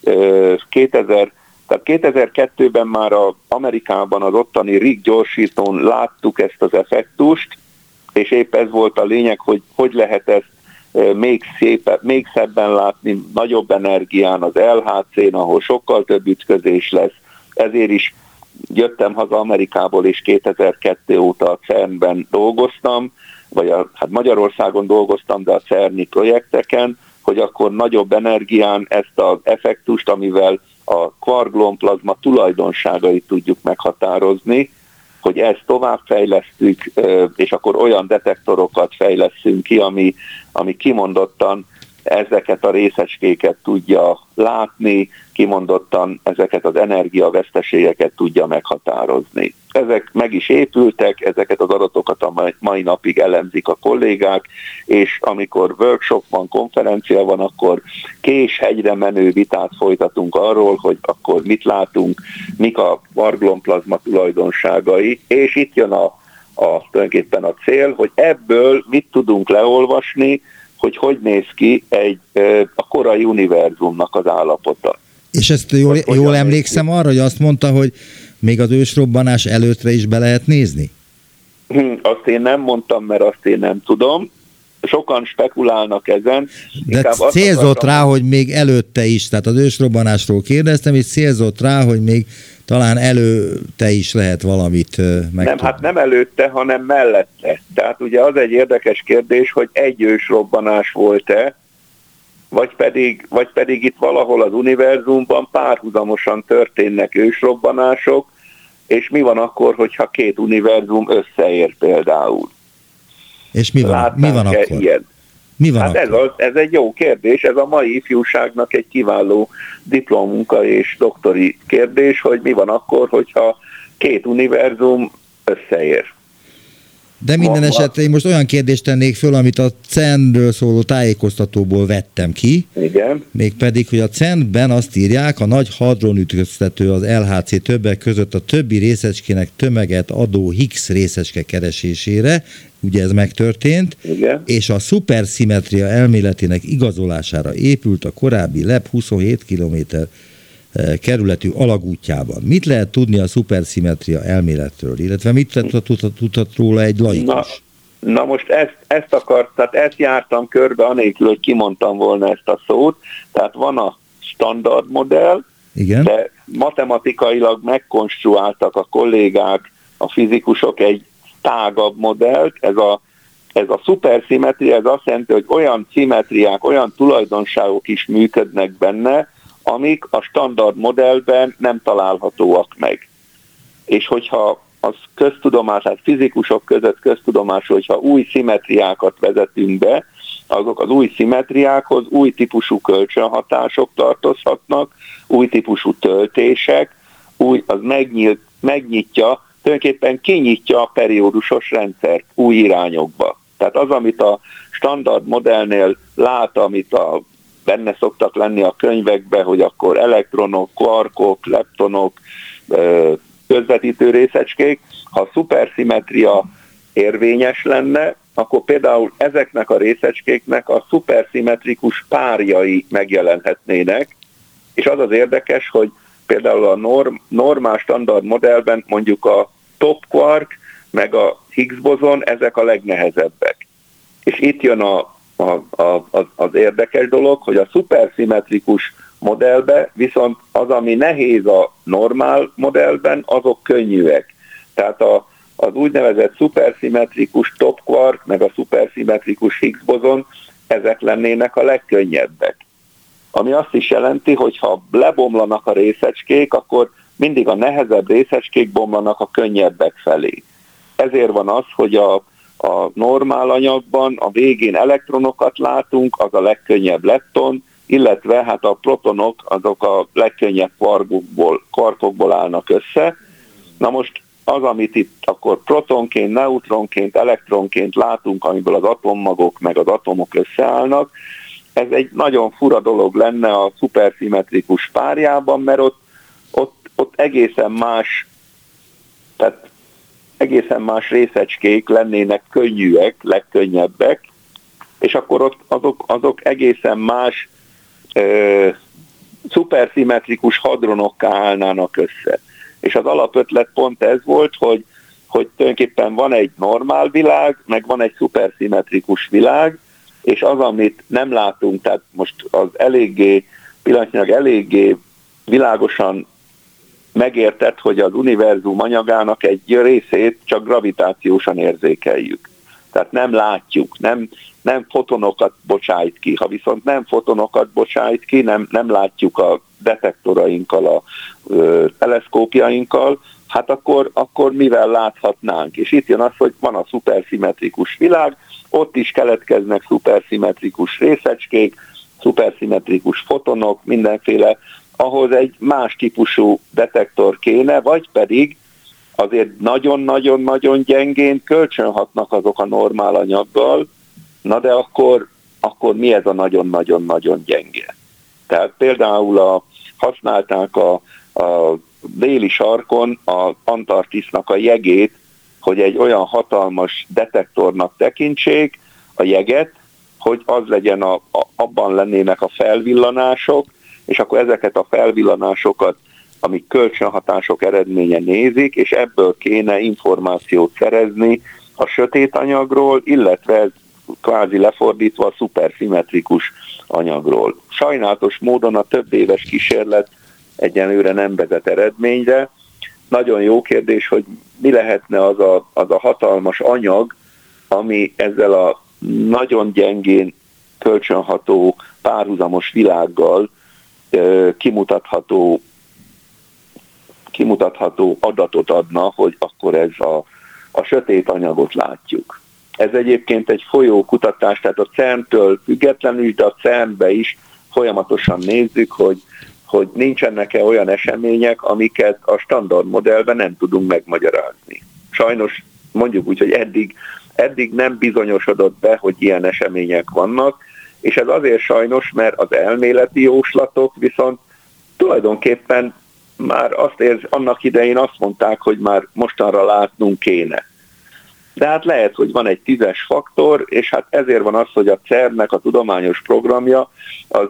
2002-ben már Amerikában az ottani RIG gyorsítón láttuk ezt az effektust, és épp ez volt a lényeg, hogy lehet ezt még szebben látni, nagyobb energián az LHC-n, ahol sokkal több ütközés lesz. Ezért is jöttem haza Amerikából, és 2002 óta a CERN-ben dolgoztam, vagy hát Magyarországon dolgoztam, de a CERN-i projekteken, hogy akkor nagyobb energián ezt az effektust, amivel a kvark-gluon plazma tulajdonságait tudjuk meghatározni, hogy ezt továbbfejlesztjük, és akkor olyan detektorokat fejleszünk ki, ami kimondottan ezeket a részecskéket tudja látni, kimondottan ezeket az energiaveszteségeket tudja meghatározni. Ezek meg is épültek, ezeket az adatokat a mai napig elemzik a kollégák, és amikor workshop van, konferencia van, akkor késhegyre menő vitát folytatunk arról, hogy akkor mit látunk, mik a kvark-gluon plazma tulajdonságai, és itt jön tulajdonképpen a cél, hogy ebből mit tudunk leolvasni, hogy néz ki a korai univerzumnak az állapota. És ezt jól emlékszem arra, hogy azt mondta, hogy még az ősrobbanás előttre is be lehet nézni? Azt én nem mondtam, mert azt én nem tudom. sokan spekulálnak ezen. De célzott rá, hogy még előtte is, tehát az ősrobbanásról kérdeztem, és célzott rá, hogy még talán előtte is lehet valamit megtudni. Nem, hát nem előtte, hanem mellette. Tehát ugye az egy érdekes kérdés, hogy egy ősrobbanás volt-e, vagy pedig itt valahol az univerzumban párhuzamosan történnek ősrobbanások, és mi van akkor, hogyha két univerzum összeér például? És mi van akkor? Ilyen? Mi van akkor? Ez egy jó kérdés, ez a mai ifjúságnak egy kiváló diplomunka és doktori kérdés, hogy mi van akkor, hogyha két univerzum összeér. De minden esetre én most olyan kérdést tennék föl, amit a CERN-ről szóló tájékoztatóból vettem ki. Igen. Mégpedig, hogy a CERN-ben azt írják, a nagy hadronütköztető az LHC többek között a többi részecskének tömeget adó Higgs részecske keresésére, ugye ez megtörtént, igen. És a szuperszimetria elméletének igazolására épült a korábbi LEP 27 km kerületű alagútjában. Mit lehet tudni a szuperszimetria elméletről, illetve mit tudhat róla egy laikus? Na most ezt jártam körbe, anélkül, hogy kimondtam volna ezt a szót. Tehát van a standard modell, igen. De matematikailag megkonstruáltak a kollégák, a fizikusok egy tágabb modellt. Ez a szuperszimetria, ez azt jelenti, hogy olyan szimmetriák, olyan tulajdonságok is működnek benne, amik a standard modellben nem találhatóak meg. És hogyha az köztudomás, hát fizikusok között köztudomás, hogyha új szimmetriákat vezetünk be, azok az új szimmetriákhoz új típusú kölcsönhatások tartozhatnak, új típusú töltések, az megnyitja, tulajdonképpen kinyitja a periódusos rendszert új irányokba. Tehát az, amit a standard modellnél lát, amit benne szoktak lenni a könyvekben, hogy akkor elektronok, kvarkok, leptonok, közvetítő részecskék, ha a szuperszimetria érvényes lenne, akkor például ezeknek a részecskéknek a szuperszimmetrikus párjai megjelenhetnének, és az érdekes, hogy például a normál standard modellben mondjuk a top quark meg a Higgs bozon, ezek a legnehezebbek. És itt jön az érdekes dolog, hogy a szuperszimmetrikus modellben viszont az, ami nehéz a normál modellben, azok könnyűek. Tehát az úgynevezett szuperszimmetrikus top quark, meg a szuperszimmetrikus Higgs bozon, ezek lennének a legkönnyebbek. Ami azt is jelenti, hogy ha lebomlanak a részecskék, akkor mindig a nehezebb részecskék bomlanak a könnyebbek felé. Ezért van az, hogy a normál anyagban a végén elektronokat látunk, az a legkönnyebb lepton, illetve hát a protonok azok a legkönnyebb kvarkokból állnak össze. Na most az, amit itt akkor protonként, neutronként, elektronként látunk, amiből az atommagok meg az atomok összeállnak, ez egy nagyon fura dolog lenne a szuperszimmetrikus párjában, mert ott egészen más, tehát egészen más részecskék lennének könnyűek, legkönnyebbek, és akkor ott azok egészen más szuperszimmetrikus hadronokká állnának össze. És az alapötlet pont ez volt, hogy tulajdonképpen van egy normál világ, meg van egy szuperszimmetrikus világ, és az, amit nem látunk, tehát most az pillanatnyilag eléggé világosan megértett, hogy az univerzum anyagának egy részét csak gravitációsan érzékeljük. Tehát nem látjuk, nem fotonokat bocsájt ki. Ha viszont nem fotonokat bocsájt ki, nem látjuk a detektorainkkal, a teleszkópjainkkal, hát akkor mivel láthatnánk? És itt jön az, hogy van a szuperszimmetrikus világ, ott is keletkeznek szuperszimmetrikus részecskék, szuperszimmetrikus fotonok, mindenféle, ahhoz egy más típusú detektor kéne, vagy pedig azért nagyon-nagyon-nagyon gyengén kölcsönhatnak azok a normál anyaggal, na de akkor mi ez a nagyon-nagyon-nagyon gyenge? Tehát például használták a déli sarkon az Antarktisznak a jegét, hogy egy olyan hatalmas detektornak tekintsék a jeget, hogy az legyen abban lennének a felvillanások, és akkor ezeket a felvillanásokat, amik kölcsönhatások eredménye nézik, és ebből kéne információt szerezni a sötét anyagról, illetve ez kvázi lefordítva a szuperszimmetrikus anyagról. Sajnálatos módon a több éves kísérlet egyenlőre nem vezet eredményre. Nagyon jó kérdés, hogy mi lehetne az a hatalmas anyag, ami ezzel a nagyon gyengén kölcsönható párhuzamos világgal kimutatható adatot adna, hogy akkor ez a sötét anyagot látjuk. Ez egyébként egy folyó kutatás, tehát a CERN-től függetlenül is, de a CERN-be is folyamatosan nézzük, hogy nincsenek-e olyan események, amiket a standard modellben nem tudunk megmagyarázni. Sajnos mondjuk úgy, hogy eddig nem bizonyosodott be, hogy ilyen események vannak, és ez azért sajnos, mert az elméleti jóslatok viszont tulajdonképpen már annak idején azt mondták, hogy már mostanra látnunk kéne. De hát lehet, hogy van egy 10-es faktor, és hát ezért van az, hogy a CERN-nek a tudományos programja az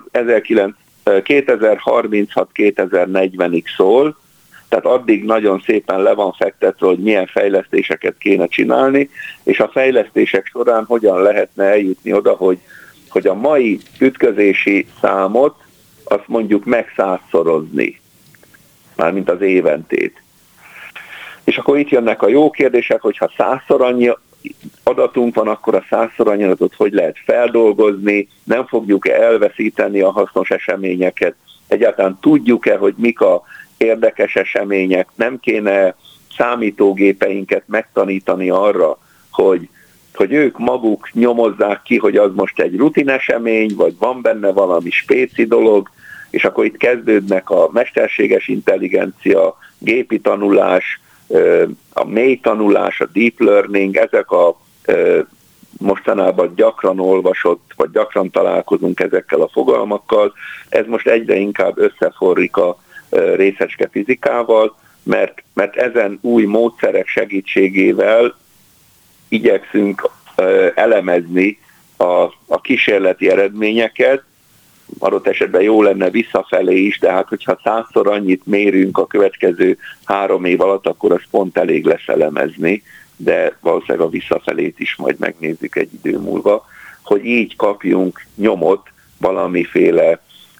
2036-2040-ig szól, tehát addig nagyon szépen le van fektetve, hogy milyen fejlesztéseket kéne csinálni, és a fejlesztések során hogyan lehetne eljutni oda, hogy a mai ütközési számot azt mondjuk meg100-szorozni, mármint az éventét. És akkor itt jönnek a jó kérdések, hogyha 100-szor annyi adatunk van, akkor a 100-szor annyi adatot hogy lehet feldolgozni, nem fogjuk-e elveszíteni a hasznos eseményeket, egyáltalán tudjuk-e, hogy mik a érdekes események, nem kéne számítógépeinket megtanítani arra, hogy ők maguk nyomozzák ki, hogy az most egy rutin esemény, vagy van benne valami spéci dolog, és akkor itt kezdődnek a mesterséges intelligencia, gépi tanulás, a mély tanulás, a deep learning, ezek a mostanában gyakran olvasott, vagy gyakran találkozunk ezekkel a fogalmakkal. Ez most egyre inkább összeforrik a részecske fizikával, mert ezen új módszerek segítségével igyekszünk elemezni a kísérleti eredményeket. Adott esetben jó lenne visszafelé is, de hát hogyha 100-szor annyit mérünk a következő 3 év alatt, akkor az pont elég lesz elemezni, de valószínűleg a visszafelét is majd megnézzük egy idő múlva, hogy így kapjunk nyomot, valamiféle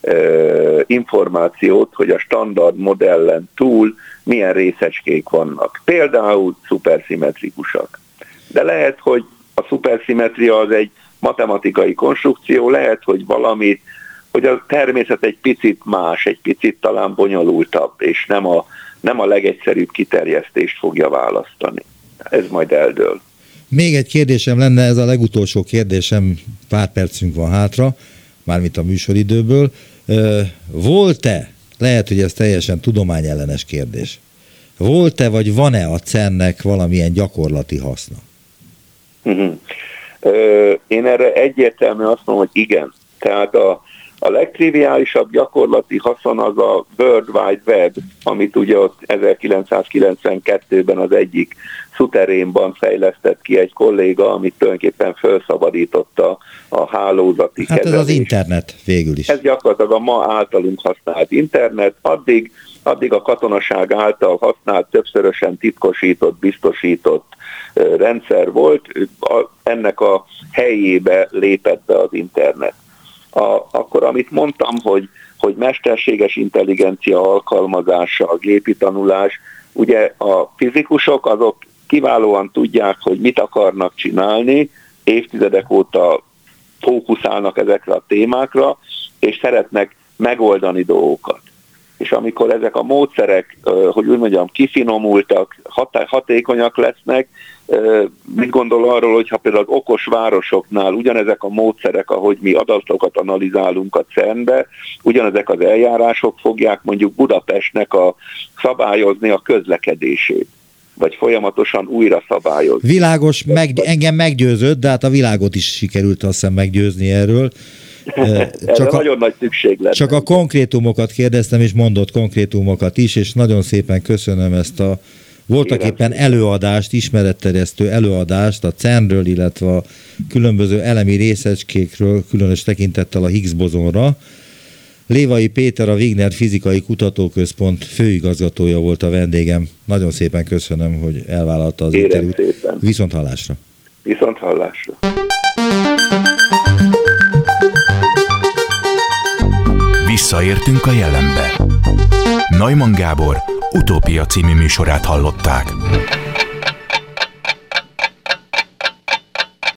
információt, hogy a standard modellen túl milyen részecskék vannak. Például szuperszimmetrikusak. De lehet, hogy a szuperszimmetria az egy matematikai konstrukció, lehet, hogy hogy a természet egy picit más, egy picit talán bonyolultabb, és nem a legegyszerűbb kiterjesztést fogja választani. Ez majd eldől. Még egy kérdésem lenne, ez a legutolsó kérdésem, pár percünk van hátra, mármint a műsoridőből. Volt-e, lehet, hogy ez teljesen tudományellenes kérdés, volt-e vagy van-e a CERN-nek valamilyen gyakorlati haszna? Én erre egyértelműen azt mondom, hogy igen. Tehát a legtriviálisabb gyakorlati haszon az a World Wide Web, amit ugye ott 1992-ben az egyik szuterénban fejlesztett ki egy kolléga, amit tulajdonképpen felszabadította a hálózati kezelés. Ez az internet végül is. Ez gyakorlatilag a ma általunk használt internet. Addig a katonaság által használt, többszörösen titkosított, biztosított rendszer volt, ennek a helyébe lépett be az internet. Akkor amit mondtam, hogy mesterséges intelligencia alkalmazása, a gépi tanulás, ugye a fizikusok azok kiválóan tudják, hogy mit akarnak csinálni, évtizedek óta fókuszálnak ezekre a témákra, és szeretnek megoldani dolgokat. És amikor ezek a módszerek, hogy úgy mondjam, kifinomultak, hatékonyak lesznek, mit gondol arról, hogyha például az okos városoknál ugyanezek a módszerek, ahogy mi adatokat analizálunk a CERN-be, ugyanezek az eljárások fogják mondjuk Budapestnek szabályozni a közlekedését, vagy folyamatosan újra szabályozni. Világos, engem meggyőzött, de hát a világot is sikerült azt hiszem meggyőzni erről. Nagyon nagy szükség lenne. Csak a konkrétumokat kérdeztem, és mondott konkrétumokat is, és nagyon szépen köszönöm ezt a voltaképpen előadást, ismeretterjesztő előadást a CERN-ről, illetve a különböző elemi részecskékről, különös tekintettel a Higgs-bozonra. Lévai Péter, a Wigner Fizikai Kutatóközpont főigazgatója volt a vendégem. Nagyon szépen köszönöm, hogy elvállalta az interjút. Viszonthallásra. Viszonthallásra. Visszaértünk a jelenbe. Neumann Gábor Utópia című műsorát hallották.